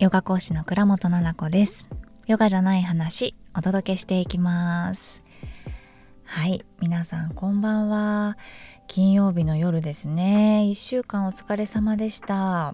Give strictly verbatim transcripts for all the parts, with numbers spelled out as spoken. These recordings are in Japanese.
ヨガ講師の倉本々子です。ヨガじゃない話お届けしていきます。はい、皆さんこんばんは。金曜日の夜ですね。いっしゅうかんお疲れ様でした。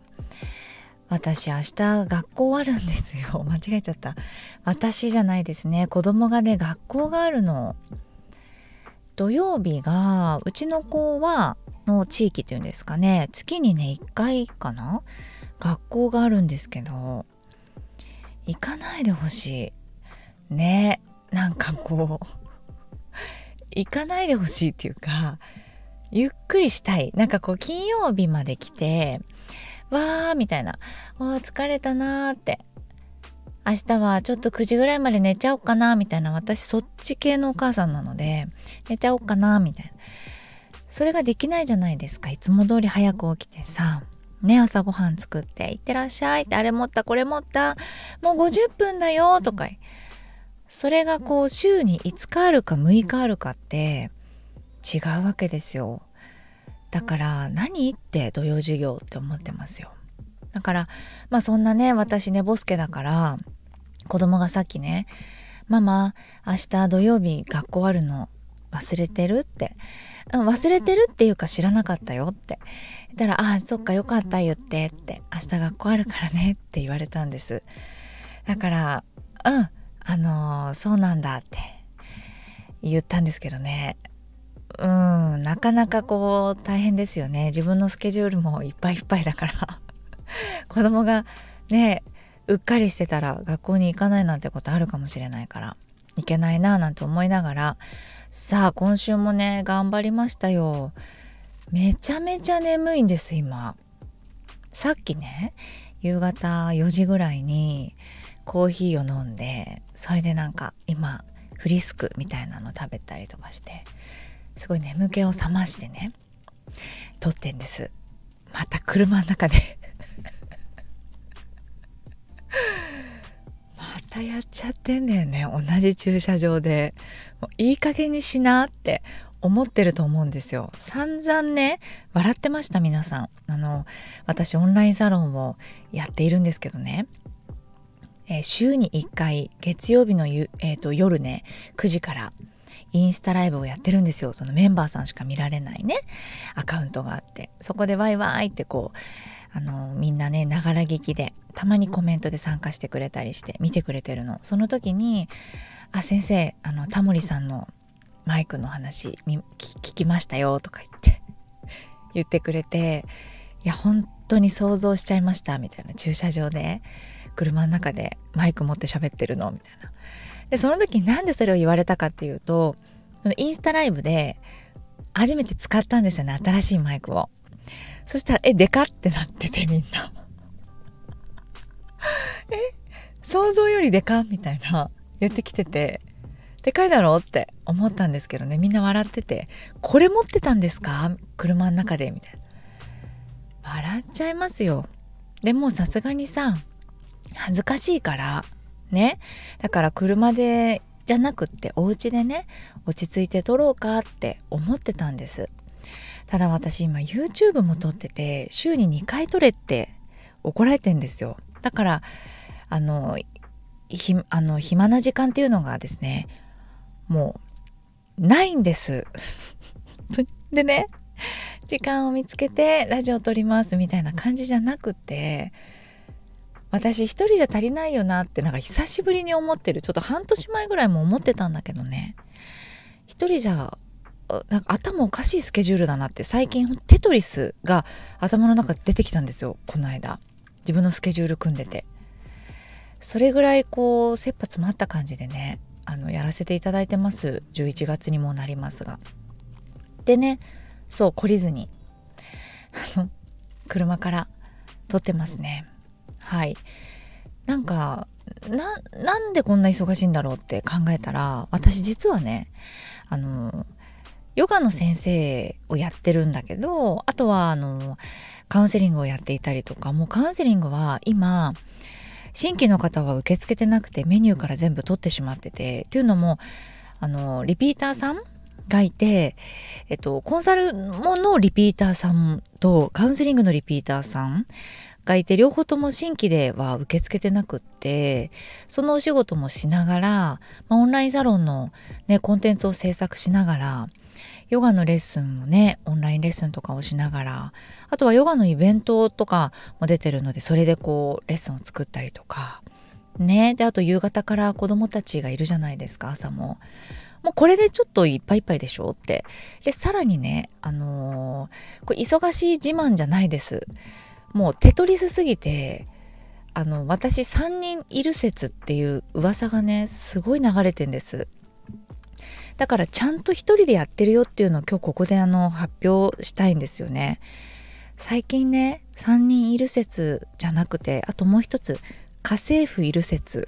私明日学校あるんですよ。間違えちゃった。私じゃないですね。子供がね学校があるの。土曜日がうちの子はの地域っていうんですかね、月にねいっかいかな学校があるんですけど、行かないでほしいね。なんかこう行かないでほしいっていうか、ゆっくりしたい。なんかこう金曜日まで来てわーみたいな、お疲れたなーって、明日はちょっとくじぐらいまで寝ちゃおうかなみたいな、私そっち系のお母さんなので寝ちゃおうかなみたいな、それができないじゃないですか。いつも通り早く起きてさね、朝ごはん作っていってらっしゃいって、あれ持ったこれ持ったもうごじゅっぷんだよとか、それがこう週にいつかあるかむいかあるかって違うわけですよ。だから何って土曜授業って思ってますよ。だからまあそんなね、私寝ぼすけだから子供がさっきね、ママ明日土曜日学校あるの忘れてるって、うん、忘れてるっていうか知らなかったよって言ったら、ああそっかよかった言ってって、明日学校あるからねって言われたんです。だからうんあのー、そうなんだって言ったんですけどね、うんなかなかこう大変ですよね。自分のスケジュールもいっぱいいっぱいだから子供がねうっかりしてたら学校に行かないなんてことあるかもしれないから、いけないななんて思いながら、さあ今週もね頑張りましたよ。めちゃめちゃ眠いんです今。さっきね夕方よじぐらいにコーヒーを飲んで、それでなんか今フリスクみたいなの食べたりとかして、すごい眠気を覚ましてね撮ってんです。また車の中でまたやっちゃってんだよね、同じ駐車場で。もういい加減にしなって思ってると思うんですよ。散々ね笑ってました。皆さん、あの私オンラインサロンをやっているんですけどね、えー、週にいっかい月曜日のゆ、えーと、夜ねくじからインスタライブをやってるんですよ。そのメンバーさんしか見られないねアカウントがあって、そこでワイワイってこうあのみんなねながら聞きで、たまにコメントで参加してくれたりして見てくれてるの。その時にあ先生あのタモリさんのマイクの話聞きましたよとか言って言ってくれて、いや本当に想像しちゃいましたみたいな、駐車場で車の中でマイク持って喋ってるのみたいな。でその時になんでそれを言われたかっていうと、インスタライブで初めて使ったんですよね、新しいマイクを。そしたらえでかってなってて、みんなえ想像よりでかみたいな言ってきてて、でかいだろうって思ったんですけどね、みんな笑ってて、これ持ってたんですか車の中でみたいな。笑っちゃいますよ。でもさすがにさ恥ずかしいからね、だから車でじゃなくってお家でね落ち着いて撮ろうかって思ってたんです。ただ私今 YouTube も撮ってて、週ににかい撮れって怒られてんですよ。だからあのひあの暇な時間っていうのがですねもうないんですでね、時間を見つけてラジオ撮りますみたいな感じじゃなくて、私一人じゃ足りないよなってなんか久しぶりに思ってる。ちょっと半年前ぐらいも思ってたんだけどね、一人じゃなんか頭おかしいスケジュールだなって、最近テトリスが頭の中で出てきたんですよ。この間自分のスケジュール組んでて、それぐらいこう切羽詰まった感じでねあのやらせていただいてます。じゅういちがつにもなりますが。でね、そう懲りずに車から撮ってますね。はい。なんかななんでこんな忙しいんだろうって考えたら、私実はねあのヨガの先生をやってるんだけど、あとはあのカウンセリングをやっていたりとか、もうカウンセリングは今新規の方は受け付けてなくてメニューから全部取ってしまってて、っていうのもあのリピーターさんがいて、えっと、コンサルものリピーターさんとカウンセリングのリピーターさんがいて、両方とも新規では受け付けてなくって、そのお仕事もしながら、まあ、オンラインサロンの、ね、コンテンツを制作しながら、ヨガのレッスンもね、オンラインレッスンとかをしながら、あとはヨガのイベントとかも出てるので、それでこうレッスンを作ったりとかね。であと夕方から子どもたちがいるじゃないですか。朝ももうこれでちょっといっぱいいっぱいでしょって。でさらにね、あのー、これ忙しい自慢じゃないです。もうテトリスすぎて、あの私さんにんいる説っていう噂がねすごい流れてんです。だからちゃんと一人でやってるよっていうのを今日ここであの発表したいんですよね。最近ね、さんにんいる説じゃなくて、あともう一つ家政婦いる説。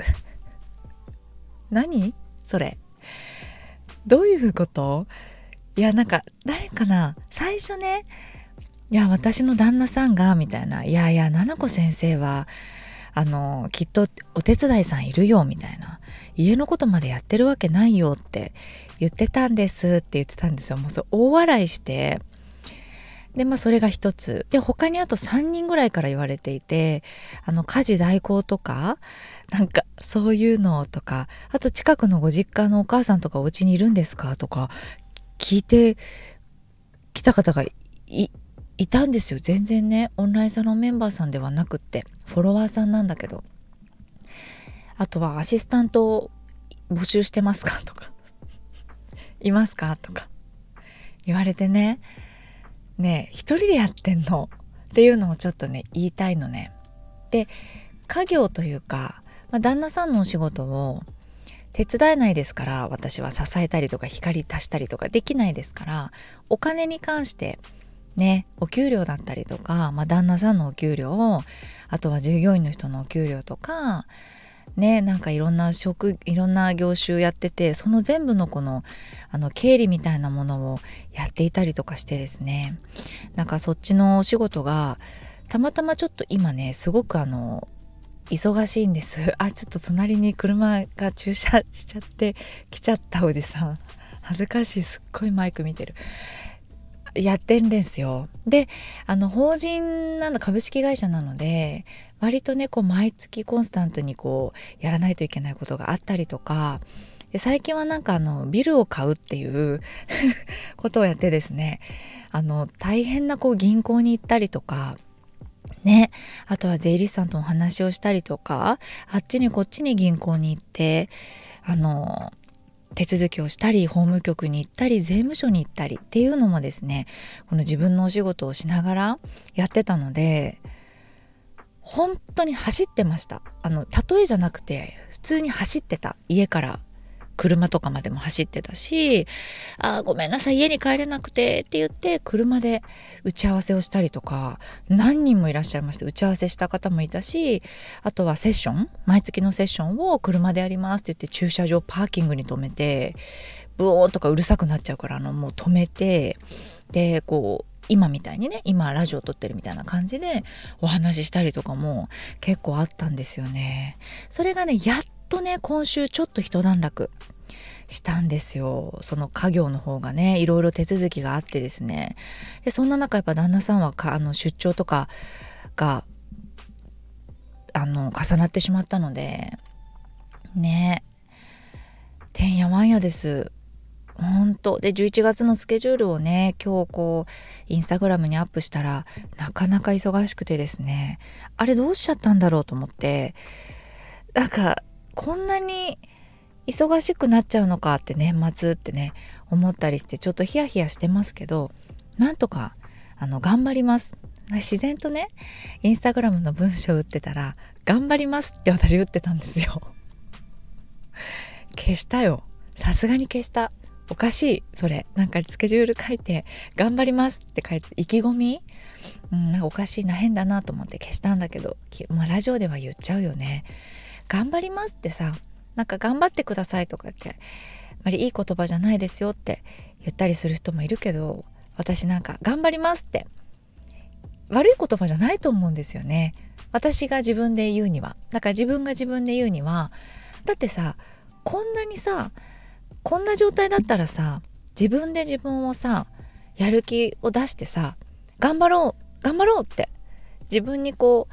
何それ、どういうこと？いやなんか誰かな、最初ね、いや私の旦那さんがみたいな、いやいや菜々子先生はあのきっとお手伝いさんいるよみたいな、家のことまでやってるわけないよって言ってたんですって言ってたんですよ。もうそれ大笑いして、でまあそれが一つで、他にあとさんにんぐらいから言われていて、あの家事代行とかなんかそういうのとか、あと近くのご実家のお母さんとかお家にいるんですかとか聞いてきた方が い, いたんですよ。全然ね、オンラインサロンメンバーさんではなくってフォロワーさんなんだけど、あとはアシスタント募集してますかとかいますかとか言われてね、ねえ一人でやってんのっていうのをちょっとね言いたいのね。で家業というか、まあ、旦那さんのお仕事を手伝えないですから、私は支えたりとか光足したりとかできないですから、お金に関してね、お給料だったりとか、まあ、旦那さんのお給料、あとは従業員の人のお給料とかね、なんかいろんな職いろんな業種やってて、その全部のこのあの経理みたいなものをやっていたりとかしてですね、なんかそっちのお仕事がたまたまちょっと今ねすごくあの忙しいんです。あ、ちょっと隣に車が駐車しちゃって来ちゃったおじさん、恥ずかしい、すっごいマイク見てる、やってんですよ。であの法人なの、株式会社なので割とねこう毎月コンスタントにこうやらないといけないことがあったりとか、で最近はなんかあのビルを買うっていうことをやってですね、あの大変なこう銀行に行ったりとかね、あとは税理士さんとお話をしたりとか、あっちにこっちに銀行に行ってあの手続きをしたり、法務局に行ったり、税務署に行ったりっていうのもですね、この自分のお仕事をしながらやってたので、本当に走ってました。あの例えじゃなくて普通に走ってた。家から車とかまでも走ってたし、あ、ごめんなさい家に帰れなくてって言って車で打ち合わせをしたりとか、何人もいらっしゃいまして、打ち合わせした方もいたし、あとはセッション、毎月のセッションを車でやりますって言って駐車場パーキングに止めて、ブオーンとかうるさくなっちゃうからあのもう止めて、でこう今みたいにね、今ラジオ撮ってるみたいな感じでお話ししたりとかも結構あったんですよね。それがねやっとね今週ちょっと一段落したんですよ。その家業の方がねいろいろ手続きがあってですね、でそんな中やっぱ旦那さんはかあの出張とかがあの重なってしまったのでね、てんやわんやです。本当でじゅういちがつのスケジュールをね今日こうインスタグラムにアップしたらなかなか忙しくてですね、あれどうしちゃったんだろうと思って、なんかこんなに忙しくなっちゃうのかって年末ってね思ったりして、ちょっとヒヤヒヤしてますけど、なんとかあの頑張ります。自然とねインスタグラムの文章打ってたら頑張りますって私打ってたんですよ。消したよ、さすがに消した。おかしいそれ、なんかスケジュール書いて頑張りますって書いて意気込み、うん、なんかおかしいな、変だなと思って消したんだけど、まあ、ラジオでは言っちゃうよね。頑張りますってさ、なんか頑張ってくださいとかってあまりいい言葉じゃないですよって言ったりする人もいるけど、私なんか頑張りますって悪い言葉じゃないと思うんですよね。私が自分で言うには、だから自分が自分で言うには、だってさこんなにさこんな状態だったらさ、自分で自分をさやる気を出してさ、頑張ろう頑張ろうって自分にこう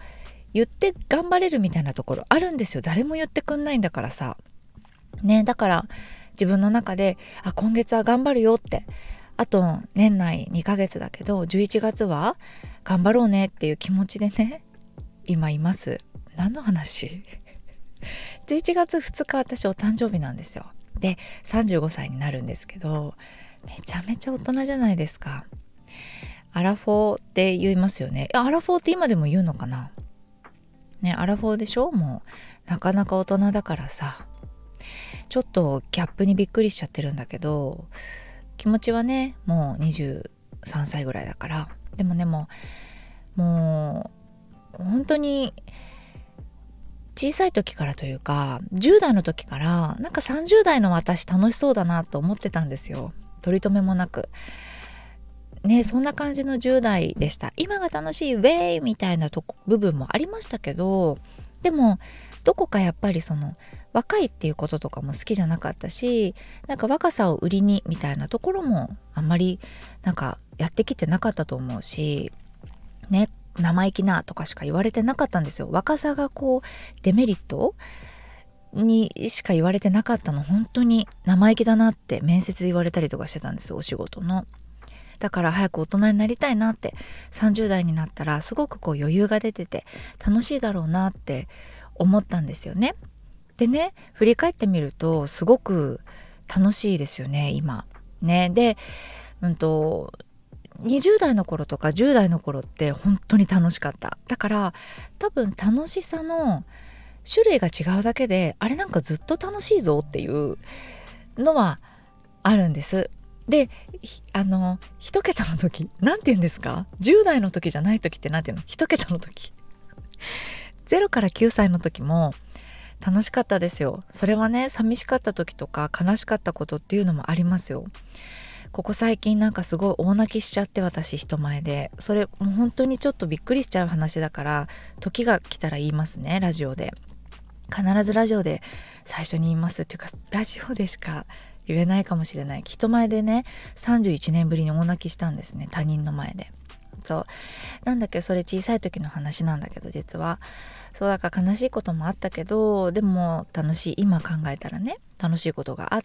言って頑張れるみたいなところあるんですよ。誰も言ってくんないんだからさね。だから自分の中であ今月は頑張るよって、あと年内にかげつだけどじゅういちがつは頑張ろうねっていう気持ちでね今います。何の話じゅういちがつふつか私お誕生日なんですよ。でさんじゅうごさいになるんですけど、めちゃめちゃ大人じゃないですか。アラフォーって言いますよね。アラフォーって今でも言うのかなね。アラフォーでしょ。もうなかなか大人だからさ、ちょっとギャップにびっくりしちゃってるんだけど、気持ちはねもうにじゅうさんさいぐらいだから。でもねもうもう本当に小さい時からというかじゅう代の時からなんかさんじゅう代の私楽しそうだなと思ってたんですよ。取り留めもなくね。そんな感じのじゅう代でした。今が楽しいウェイみたいなとこ部分もありましたけど、でもどこかやっぱりその若いっていうこととかも好きじゃなかったし、なんか若さを売りにみたいなところもあんまりなんかやってきてなかったと思うしね。生意気なとかしか言われてなかったんですよ。若さがこうデメリットにしか言われてなかったの。本当に生意気だなって面接で言われたりとかしてたんですよ、お仕事の。だから早く大人になりたいなって、さんじゅう代になったらすごくこう余裕が出てて楽しいだろうなって思ったんですよね。でね振り返ってみるとすごく楽しいですよね今ね。でうんとにじゅう代の頃とかじゅう代の頃って本当に楽しかった。だから多分楽しさの種類が違うだけで、あれなんかずっと楽しいぞっていうのはあるんです。であの一桁の時なんて言うんですか、じゅう代の時じゃない時ってなんていうの、一桁の時ゼロからきゅうさいの時も楽しかったですよ。それはね寂しかった時とか悲しかったことっていうのもありますよ。ここ最近なんかすごい大泣きしちゃって、私人前で。それもう本当にちょっとびっくりしちゃう話だから、時が来たら言いますね、ラジオで。必ずラジオで最初に言いますっていうか、ラジオでしか言えないかもしれない。人前でねさんじゅういちねんぶりに大泣きしたんですね、他人の前で。そうなんだけど、それ小さい時の話なんだけど、実はそうだから悲しいこともあったけど、でも楽しい、今考えたらね楽しいことがあって、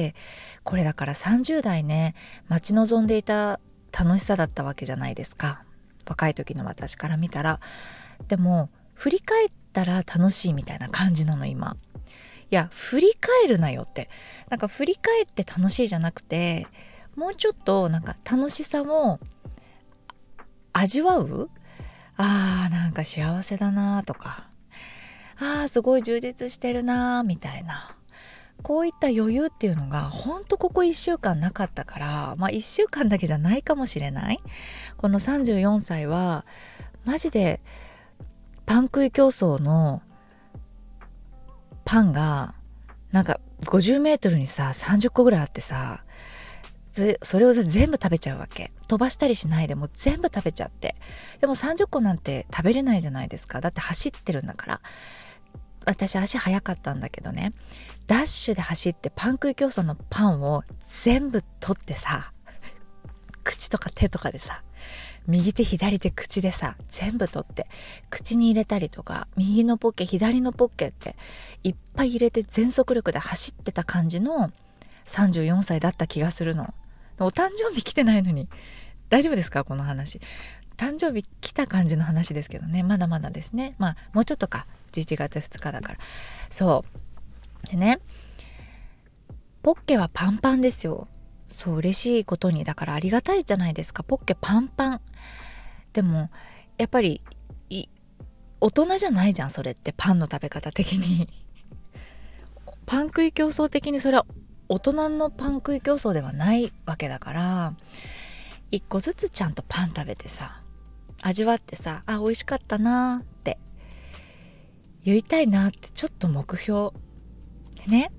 これだからさんじゅう代ね待ち望んでいた楽しさだったわけじゃないですか、若い時の私から見たら。でも振り返ったら楽しいみたいな感じなの今。いや振り返るなよって、なんか振り返って楽しいじゃなくて、もうちょっとなんか楽しさを味わう。あーなんか幸せだなとか、あーすごい充実してるなみたいな、こういった余裕っていうのがほんとここいっしゅうかんなかったから、まあいっしゅうかんだけじゃないかもしれない。このさんじゅうよんさいはマジでパン食い競争のパンがなんかごじゅうメートルにささんじゅっこぐらいあってさ、それ、それを全部食べちゃうわけ。飛ばしたりしないでもう全部食べちゃって。でもさんじゅっこなんて食べれないじゃないですか。だって走ってるんだから。私足早かったんだけどね、ダッシュで走ってパン食い競争のパンを全部取ってさ、口とか手とかでさ、右手左手口でさ全部取って口に入れたりとか、右のポッケ左のポッケっていっぱい入れて全速力で走ってた感じのさんじゅうよんさいだった気がするの。お誕生日来てないのに大丈夫ですかこの話。誕生日来た感じの話ですけどね、まだまだですね。まあもうちょっとか、じゅういちがつふつかだから。そうでね、ポッケはパンパンですよ。そう嬉しいことに、だからありがたいじゃないですか。ポッケパンパン。でもやっぱり大人じゃないじゃんそれって、パンの食べ方的にパン食い競争的にそれは大人のパン食い競争ではないわけだから、一個ずつちゃんとパン食べてさ味わってさ、あ美味しかったなって言いたいなって、ちょっと目標でね。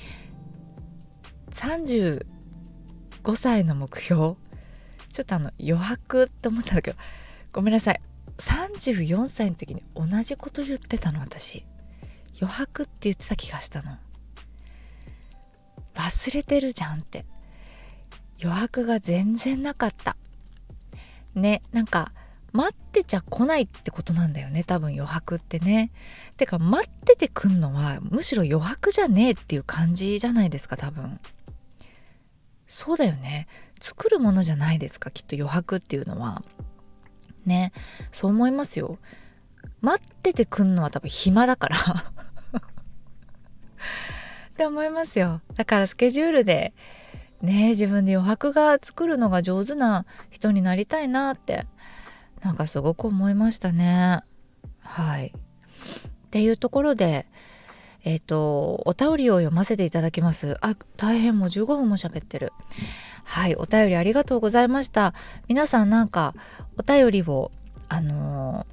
さんじゅうごさいの目標、ちょっとあの余白って思ったんだけど、ごめんなさい、さんじゅうよんさいの時に同じこと言ってたの私。余白って言ってた気がしたの。忘れてるじゃんって。余白が全然なかったね。なんか待ってちゃ来ないってことなんだよね、多分余白ってね。てか待っててくんのはむしろ余白じゃねえっていう感じじゃないですか、多分。そうだよね、作るものじゃないですか、きっと余白っていうのはね。そう思いますよ。待っててくんのは多分暇だからって思いますよ。だからスケジュールでね、自分で余白が作るのが上手な人になりたいなってなんかすごく思いましたね。はい。っていうところでえっとお便りを読ませていただきます。あ、大変、もうじゅうごふんも喋ってる。はい、お便りありがとうございました。皆さんなんかお便りをあの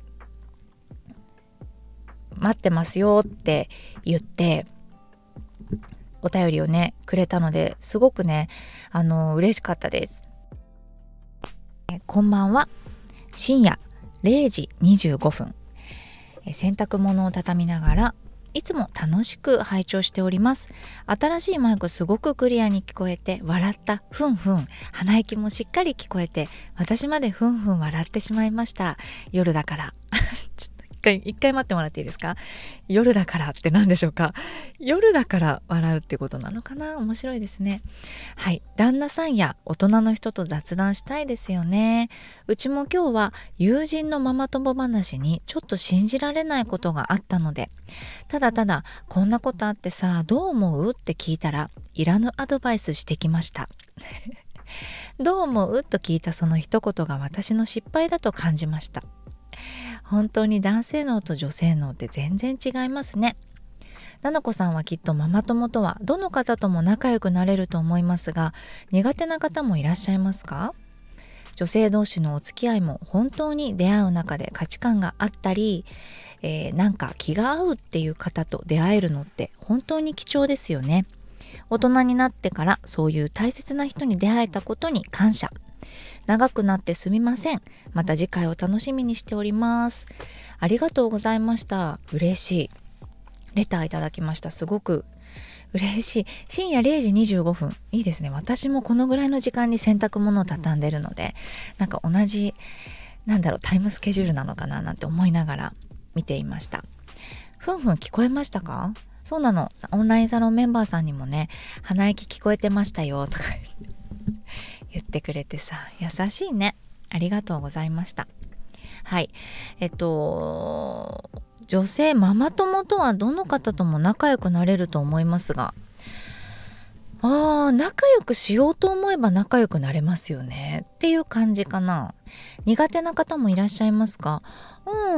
ー、待ってますよって言ってお便りをねくれたので、すごくねあのー、嬉しかったです。えこんばんは。深夜れいじにじゅうごふん、え洗濯物を畳みながらいつも楽しく拝聴しております。新しいマイクすごくクリアに聞こえて笑った、ふんふん。鼻息もしっかり聞こえて私までふんふん笑ってしまいました。夜だからちょっと一回一回待ってもらっていいですか。夜だからって何でしょうか。夜だから笑うってことなのかな。面白いですね。はい、旦那さんや大人の人と雑談したいですよね。うちも今日は友人のママ友話にちょっと信じられないことがあったので、ただただこんなことあってさどう思うって聞いたらいらぬアドバイスしてきましたどう思うと聞いたその一言が私の失敗だと感じました。本当に男性脳と女性脳って全然違いますね。ななこさんはきっとママ友とはどの方とも仲良くなれると思いますが、苦手な方もいらっしゃいますか？女性同士のお付き合いも本当に出会う中で価値観があったり、えー、なんか気が合うっていう方と出会えるのって本当に貴重ですよね。大人になってからそういう大切な人に出会えたことに感謝。長くなってすみません。また次回を楽しみにしております。ありがとうございました。嬉しい。レターいただきました。すごく嬉しい。深夜れいじにじゅうごふん。いいですね。私もこのぐらいの時間に洗濯物を畳んでるので、なんか同じ、なんだろう、タイムスケジュールなのかななんて思いながら見ていました。ふんふん聞こえましたか？そうなの。オンラインサロンメンバーさんにもね、鼻息聞こえてましたよとか言ってくれてさ、優しいね。ありがとうございました。はい。えっと、女性ママ友とはどの方とも仲良くなれると思いますが、あー、仲良くしようと思えば仲良くなれますよねっていう感じかな。苦手な方もいらっしゃいますか？うん。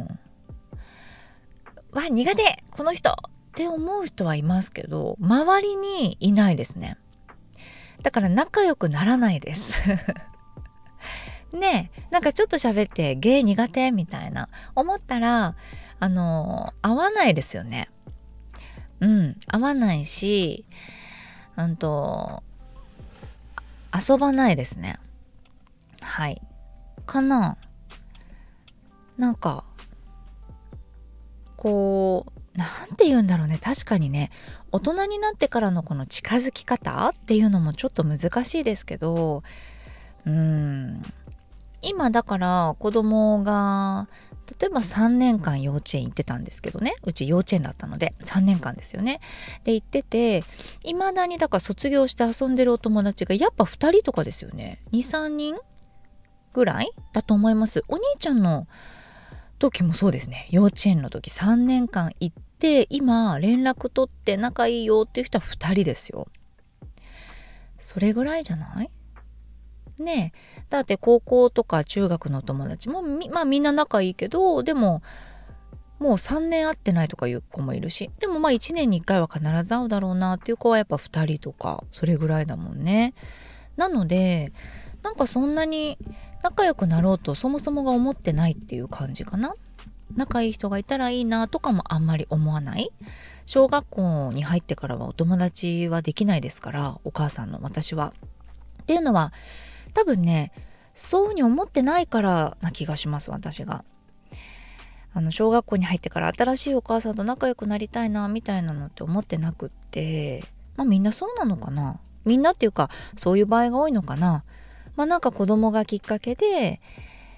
わ、苦手この人って思う人はいますけど、周りにいないですね。だから仲良くならないですねえ、なんかちょっと喋ってゲイ苦手みたいな思ったらあの合わないですよね。うん合わないし、うんと遊ばないですね。はいかな。なんかこうなんて言うんだろうね。確かにね、大人になってからのこの近づき方っていうのもちょっと難しいですけど、うーん今だから子供が例えばさんねんかん幼稚園行ってたんですけどね、うち幼稚園だったのでさんねんかんですよね。で行ってて、いまだにだから卒業して遊んでるお友達がやっぱふたりとかですよね。にさんにんぐらいだと思います。お兄ちゃんの時もそうですね。幼稚園の時さんねんかん行って今連絡取って仲いいよっていう人はふたりですよ。それぐらいじゃないねえ。だって高校とか中学の友達もみ,、まあ、みんな仲いいけど、でももうさんねん会ってないとかいう子もいるし、でもまあいちねんにいっかいは必ず会うだろうなっていう子はやっぱふたりとかそれぐらいだもんね。なのでなんかそんなに仲良くなろうとそもそもが思ってないっていう感じかな。仲いい人がいたらいいなとかもあんまり思わない。小学校に入ってからはお友達はできないですから、お母さんの私は。っていうのは多分ね、そういうふうに思ってないからな気がします。私があの小学校に入ってから新しいお母さんと仲良くなりたいなみたいなのって思ってなくって、まあみんなそうなのかな。みんなっていうかそういう場合が多いのかな。まあなんか子供がきっかけで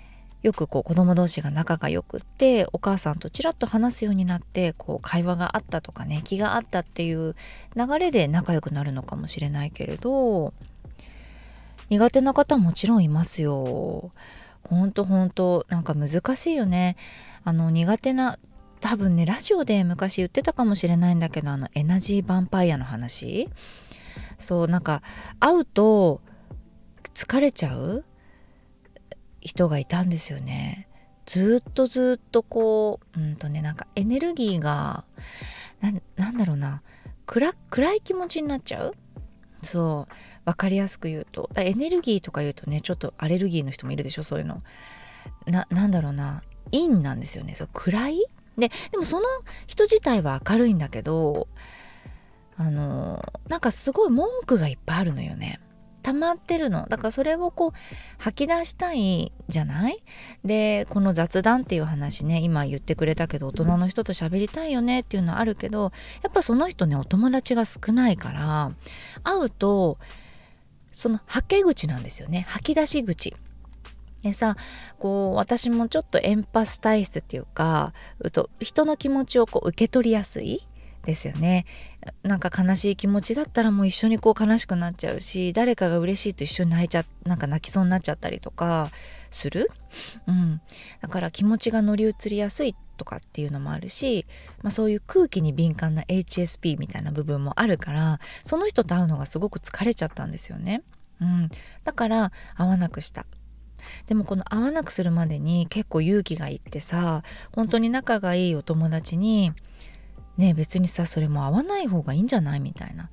よくこう子供同士が仲がよくってお母さんとちらっと話すようになってこう会話があったとかね、気があったっていう流れで仲良くなるのかもしれないけれど、苦手な方もちろんいますよ。ほんとほんとなんか難しいよね。あの苦手な、多分ねラジオで昔言ってたかもしれないんだけど、あのエナジーヴァンパイアの話、そうなんか会うと疲れちゃう人がいたんですよね。ずっとずっとこううんとねなんかエネルギーがな、なんだろうな、暗、暗い気持ちになっちゃう。そう分かりやすく言うと、エネルギーとか言うとねちょっとアレルギーの人もいるでしょ、そういうの。な、なんだろうな、陰なんですよね。そう暗いで、でもその人自体は明るいんだけど、あのなんかすごい文句がいっぱいあるのよね。溜まってるのだから、それをこう吐き出したいじゃない。でこの雑談っていう話ね、今言ってくれたけど大人の人と喋りたいよねっていうのはあるけど、やっぱその人ねお友達が少ないから、会うとその吐け口なんですよね、吐き出し口でさ、こう私もちょっとエンパス体質っていうか、うと人の気持ちをこう受け取りやすいですよね。なんか悲しい気持ちだったらもう一緒にこう悲しくなっちゃうし、誰かが嬉しいと一緒に泣いちゃなんか泣きそうになっちゃったりとかする、うん、だから気持ちが乗り移りやすいとかっていうのもあるし、まあ、そういう空気に敏感な エイチエスピー みたいな部分もあるから、その人と会うのがすごく疲れちゃったんですよね、うん、だから会わなくした。でもこの会わなくするまでに結構勇気がいってさ、本当に仲がいいお友達にねえ別にさそれも会わない方がいいんじゃないみたいな、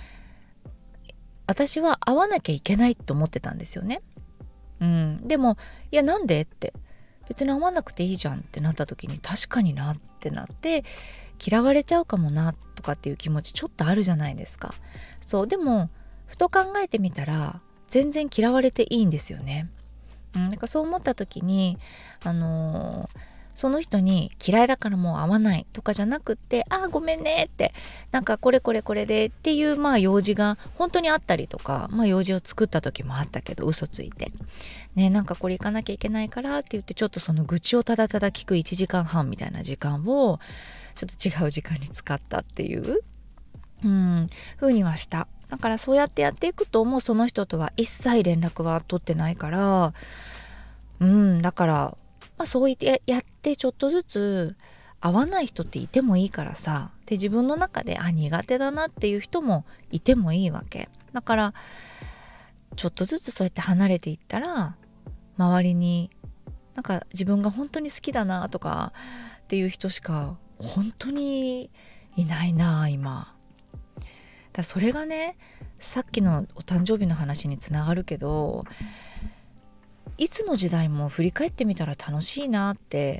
私は会わなきゃいけないと思ってたんですよね。うん、でもいやなんでって、別に会わなくていいじゃんってなった時に、確かになってなって、嫌われちゃうかもなとかっていう気持ちちょっとあるじゃないですか。そうでもふと考えてみたら全然嫌われていいんですよね。うん、なんかそう思った時にあのーその人に嫌いだからもう会わないとかじゃなくって、あーごめんねって、なんかこれこれこれでっていうまあ用事が本当にあったりとか、まあ用事を作った時もあったけど嘘ついてね、なんかこれ行かなきゃいけないからって言ってちょっとその愚痴をただただ聞くいちじかんはんみたいな時間をちょっと違う時間に使ったっていううん風にはした。だからそうやってやっていくともうその人とは一切連絡は取ってないから、うんだからまあ、そう言ってやってちょっとずつ合わない人っていてもいいからさ、で自分の中であ苦手だなっていう人もいてもいいわけだから、ちょっとずつそうやって離れていったら周りになんか自分が本当に好きだなとかっていう人しか本当にいないな今だ。それがねさっきのお誕生日の話につながるけど、いつの時代も振り返ってみたら楽しいなって、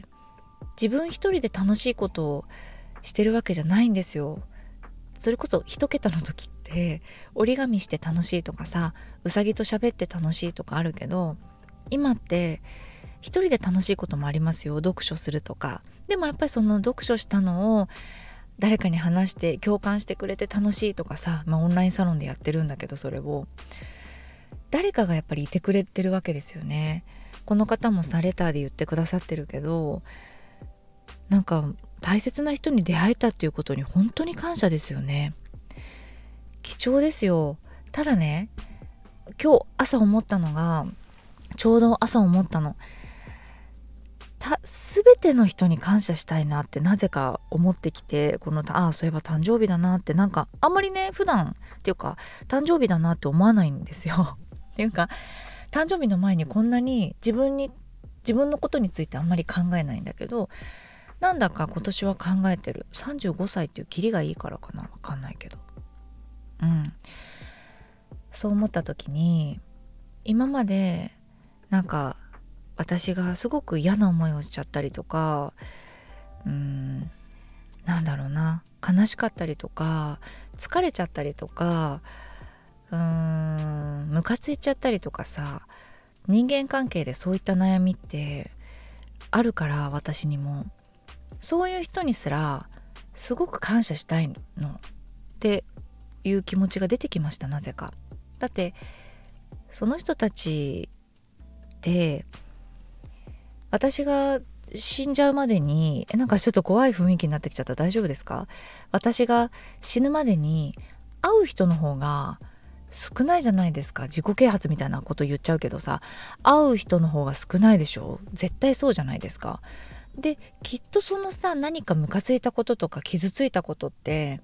自分一人で楽しいことをしてるわけじゃないんですよ。それこそ一桁の時って折り紙して楽しいとかさ、うさぎと喋って楽しいとかあるけど、今って一人で楽しいこともありますよ。読書するとか。でもやっぱりその読書したのを誰かに話して共感してくれて楽しいとかさ、まあオンラインサロンでやってるんだけど、それを誰かがやっぱりいてくれてるわけですよね。この方もさレターで言ってくださってるけど、なんか大切な人に出会えたっていうことに本当に感謝ですよね。貴重ですよ。ただね、今日朝思ったのが、ちょうど朝思ったの、た全ての人に感謝したいなってなぜか思ってきて、このああそういえば誕生日だなって、なんかあんまりね普段っていうか誕生日だなって思わないんですよっていうか誕生日の前にこんなに自分に自分のことについてあんまり考えないんだけど、なんだか今年は考えてる。さんじゅうごさいっていうキリがいいからかな、わかんないけど、うんそう思った時に、今までなんか私がすごく嫌な思いをしちゃったりとか、うーんなんだろうな、悲しかったりとか疲れちゃったりとか、うーんムカついちゃったりとかさ、人間関係でそういった悩みってあるから、私にもそういう人にすらすごく感謝したいのっていう気持ちが出てきました。なぜか。だってその人たちって私が死んじゃうまでに、なんかちょっと怖い雰囲気になってきちゃった。大丈夫ですか？私が死ぬまでに会う人の方が少ないじゃないですか。自己啓発みたいなこと言っちゃうけどさ、会う人の方が少ないでしょ。絶対そうじゃないですか。できっとそのさ、何かムカついたこととか傷ついたことって、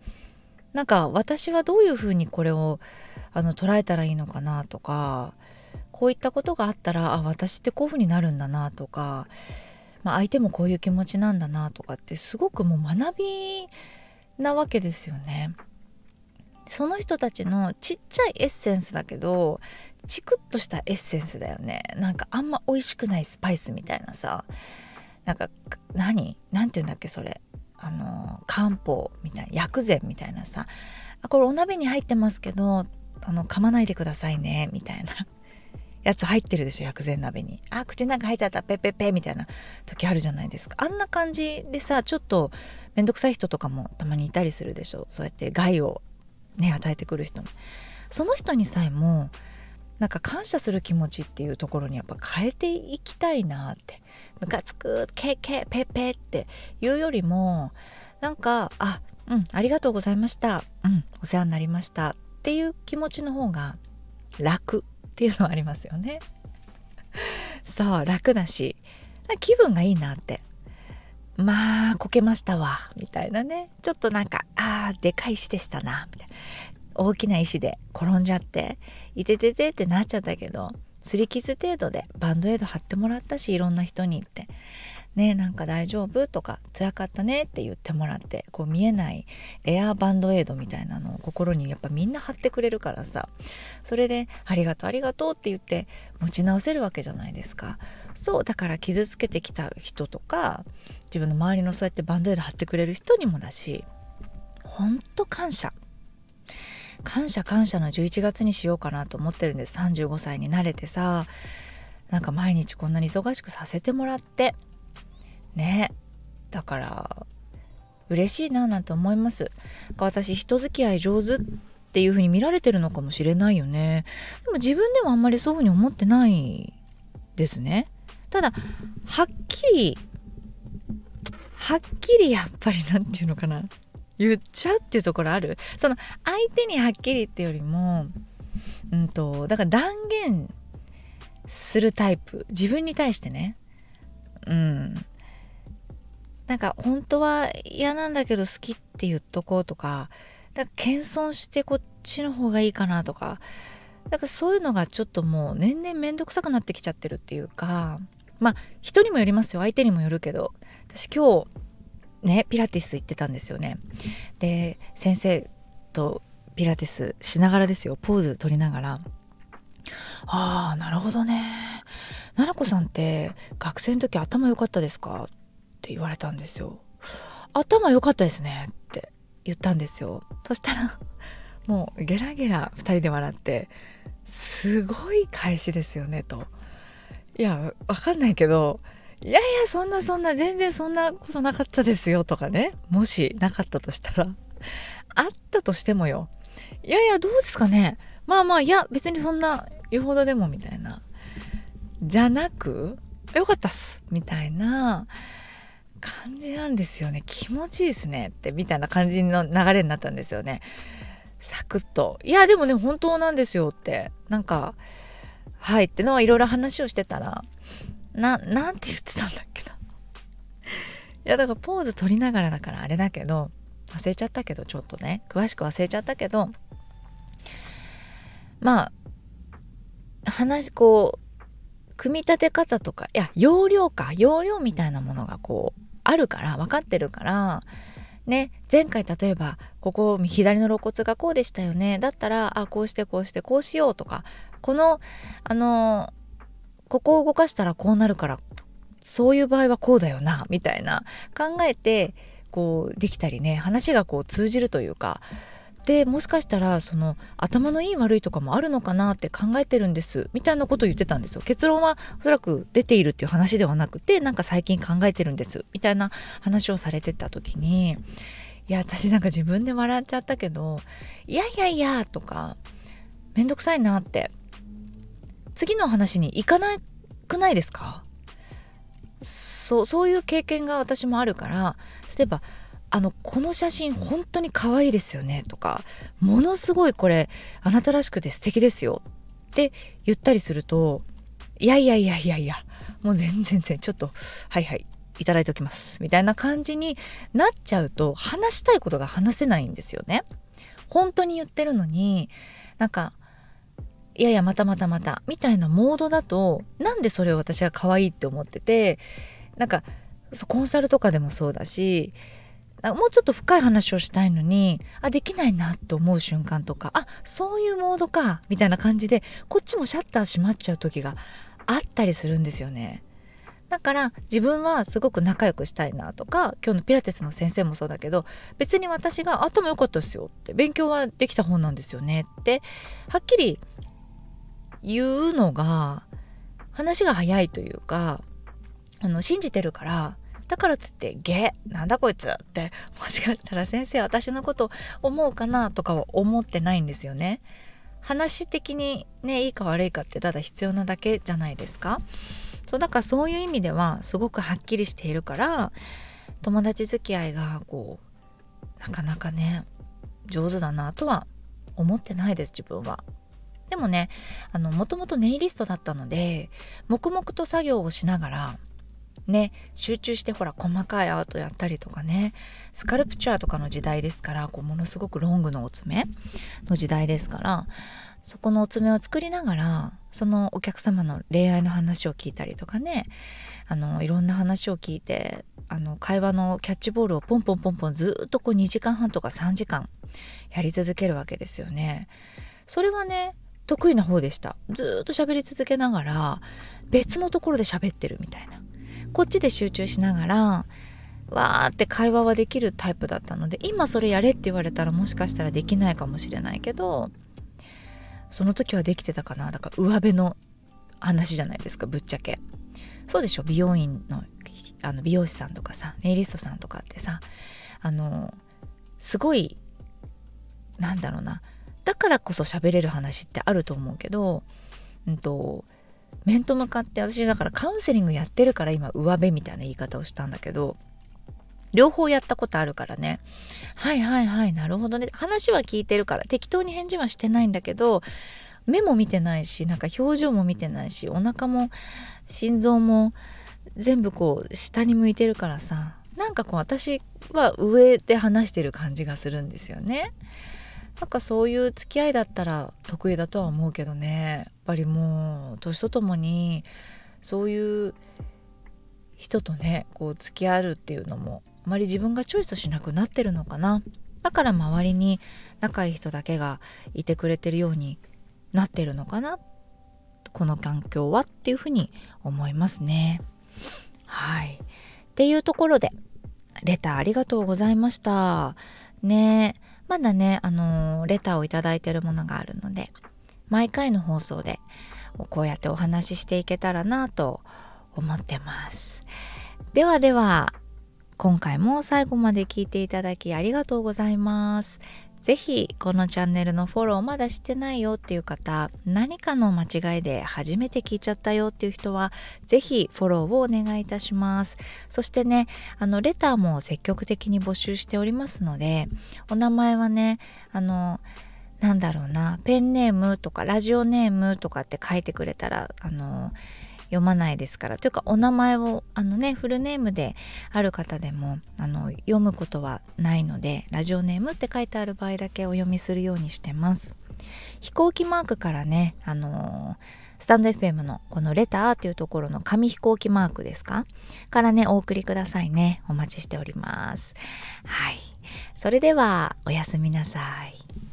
なんか私はどういうふうにこれをあの捉えたらいいのかなとか、こういったことがあったら、あ、私ってこういうふうになるんだなとか、まあ、相手もこういう気持ちなんだなとかってすごくもう学びなわけですよね。その人たちのちっちゃいエッセンスだけどチクッとしたエッセンスだよね。なんかあんま美味しくないスパイスみたいなさ、なんか何なんていうんだっけそれ、あの漢方みたいな、薬膳みたいなさ、あ、これお鍋に入ってますけどあの噛まないでくださいねみたいなやつ入ってるでしょ、薬膳鍋に。あ、口の中入っちゃったペッペッペみたいな時あるじゃないですか。あんな感じでさ、ちょっとめんどくさい人とかもたまにいたりするでしょ。そうやって害をね与えてくる人も。その人にさえもなんか感謝する気持ちっていうところにやっぱ変えていきたいなって。ムカつくケーケーペッペっていうよりも、なんかあ、うんありがとうございました、うんお世話になりましたっていう気持ちの方が楽っていうのはありますよね。そう、楽だし気分がいいなって。まあこけましたわみたいなね。ちょっとなんかあーでかい石でしたなみたいな、大きな石で転んじゃっていてててってなっちゃったけど、擦り傷程度でバンドエイド貼ってもらったし、いろんな人に言ってね、なんか大丈夫とか辛かったねって言ってもらって、こう見えないエアーバンドエイドみたいなのを心にやっぱみんな貼ってくれるからさ、それでありがとうありがとうって言って持ち直せるわけじゃないですか。そうだから傷つけてきた人とか自分の周りのそうやってバンドエイド貼ってくれる人にもだし、ほんと感謝感謝感謝のじゅういちがつにしようかなと思ってるんです。さんじゅうごさいになれてさ、なんか毎日こんなに忙しくさせてもらってね、だから嬉しいななんて思います。私人付き合い上手っていう風に見られてるのかもしれないよね。でも自分でもあんまりそういう風に思ってないですね。ただはっきりはっきりやっぱりなんていうのかな、言っちゃうっていうところある。その相手にはっきりってよりも、うんとだから断言するタイプ、自分に対してね、うんなんか本当は嫌なんだけど好きって言っとこうとか、だから謙遜してこっちの方がいいかなとか、だからそういうのがちょっともう年々めんどくさくなってきちゃってるっていうか、まあ人にもよりますよ、相手にもよるけど、私今日ねピラティス行ってたんですよね。で先生とピラティスしながらですよ、ポーズ取りながら、ああなるほどね、ななこさんって学生の時頭良かったですかって言われたんですよ。頭良かったですねって言ったんですよ。そしたらもうゲラゲラふたりで笑って、すごい返しですよねと。いやわかんないけど、いやいやそんなそんな全然そんなことなかったですよとかね、もしなかったとしたら、あったとしてもよ、いやいやどうですかね、まあまあいや別にそんなよほどでもみたいな、じゃなくよかったっすみたいな感じなんですよね。気持ちいいですねってみたいな感じの流れになったんですよね。サクッと、いやでもね本当なんですよって、なんかはいってのはいろいろ話をしてたら、ななんて言ってたんだっけな、いやだからポーズ取りながらだからあれだけど忘れちゃったけど、ちょっとね詳しく忘れちゃったけど、まあ話こう組み立て方とか、いや要領か要領みたいなものがこうあるから分かってるからね、前回例えばここ左の肋骨がこうでしたよね、だったらあこうしてこうしてこうしようとか、このあのここを動かしたらこうなるからそういう場合はこうだよなみたいな考えてこうできたりね、話がこう通じるというかで、もしかしたらその頭のいい悪いとかもあるのかなって考えてるんですみたいなことを言ってたんですよ。結論はおそらく出ているっていう話ではなくて、なんか最近考えてるんですみたいな話をされてた時に、いや私なんか自分で笑っちゃったけど、いやいやいやとかめんどくさいなって次の話に行かなくないですか？ そう、そういう経験が私もあるから、例えばあのこの写真本当に可愛いですよねとか、ものすごいこれあなたらしくて素敵ですよって言ったりすると、いやいやいやいやいや、もう全然全然ちょっとはいはいいただいておきますみたいな感じになっちゃうと、話したいことが話せないんですよね。本当に言ってるのに、なんかいやいやまたまたまたみたいなモードだと、なんでそれを私は可愛いって思ってて、なんかコンサルとかでもそうだし、もうちょっと深い話をしたいのに、あできないなと思う瞬間とか、あそういうモードかみたいな感じで、こっちもシャッター閉まっちゃう時があったりするんですよね。だから自分はすごく仲良くしたいなとか、今日のピラティスの先生もそうだけど、別に私が頭良かったですよって、勉強はできた本なんですよねってはっきり言うのが話が早いというか、あの信じてるから。だからつってゲなんだこいつって、もしかしたら先生私のこと思うかなとかは思ってないんですよね。話的にね、いいか悪いかってただ必要なだけじゃないですか。そうだからそういう意味ではすごくはっきりしているから、友達付き合いがこうなかなかね上手だなとは思ってないです、自分は。でもね、あのもともとネイリストだったので、黙々と作業をしながらね、集中してほら細かいアートやったりとかね、スカルプチャーとかの時代ですから、こうものすごくロングのお爪の時代ですから、そこのお爪を作りながら、そのお客様の恋愛の話を聞いたりとかね、あのいろんな話を聞いて、あの会話のキャッチボールをポンポンポンポンずっとこうにじかんはんとかさんじかんやり続けるわけですよね。それはね得意な方でした。ずっと喋り続けながら別のところで喋ってるみたいな、こっちで集中しながらわーって会話はできるタイプだったので、今それやれって言われたらもしかしたらできないかもしれないけど、その時はできてたかな。だから上辺の話じゃないですか、ぶっちゃけ。そうでしょ、美容院の、あの美容師さんとかさ、ネイリストさんとかってさ、あのすごいなんだろうな、だからこそ喋れる話ってあると思うけど、うんと面と向かって、私だからカウンセリングやってるから今上辺みたいな言い方をしたんだけど、両方やったことあるからね、はいはいはいなるほどね、話は聞いてるから適当に返事はしてないんだけど、目も見てないし、なんか表情も見てないし、お腹も心臓も全部こう下に向いてるからさ、なんかこう私は上で話してる感じがするんですよね。なんかそういう付き合いだったら得意だとは思うけどね、やっぱりもう年とともにそういう人とねこう付き合うっていうのもあまり自分がチョイスしなくなってるのかな。だから周りに仲いい人だけがいてくれてるようになってるのかな、この環境はっていうふうに思いますね。はい、っていうところでレターありがとうございましたね。まだね、あのー、レターをいただいているものがあるので、毎回の放送でこうやってお話ししていけたらなと思ってます。ではでは、今回も最後まで聞いていただきありがとうございます。ぜひこのチャンネルのフォローまだしてないよっていう方、何かの間違いで初めて聞いちゃったよっていう人はぜひフォローをお願いいたします。そしてね、あのレターも積極的に募集しておりますので、お名前はね、あのなんだろうな、ペンネームとかラジオネームとかって書いてくれたらあの読まないですから。というかお名前をあのねフルネームである方でもあの読むことはないので、ラジオネームって書いてある場合だけお読みするようにしてます。飛行機マークからね、あのー、スタンド エフエム のこのレターっていうところの紙飛行機マークですかからねお送りくださいね。お待ちしております。はい、それではおやすみなさい。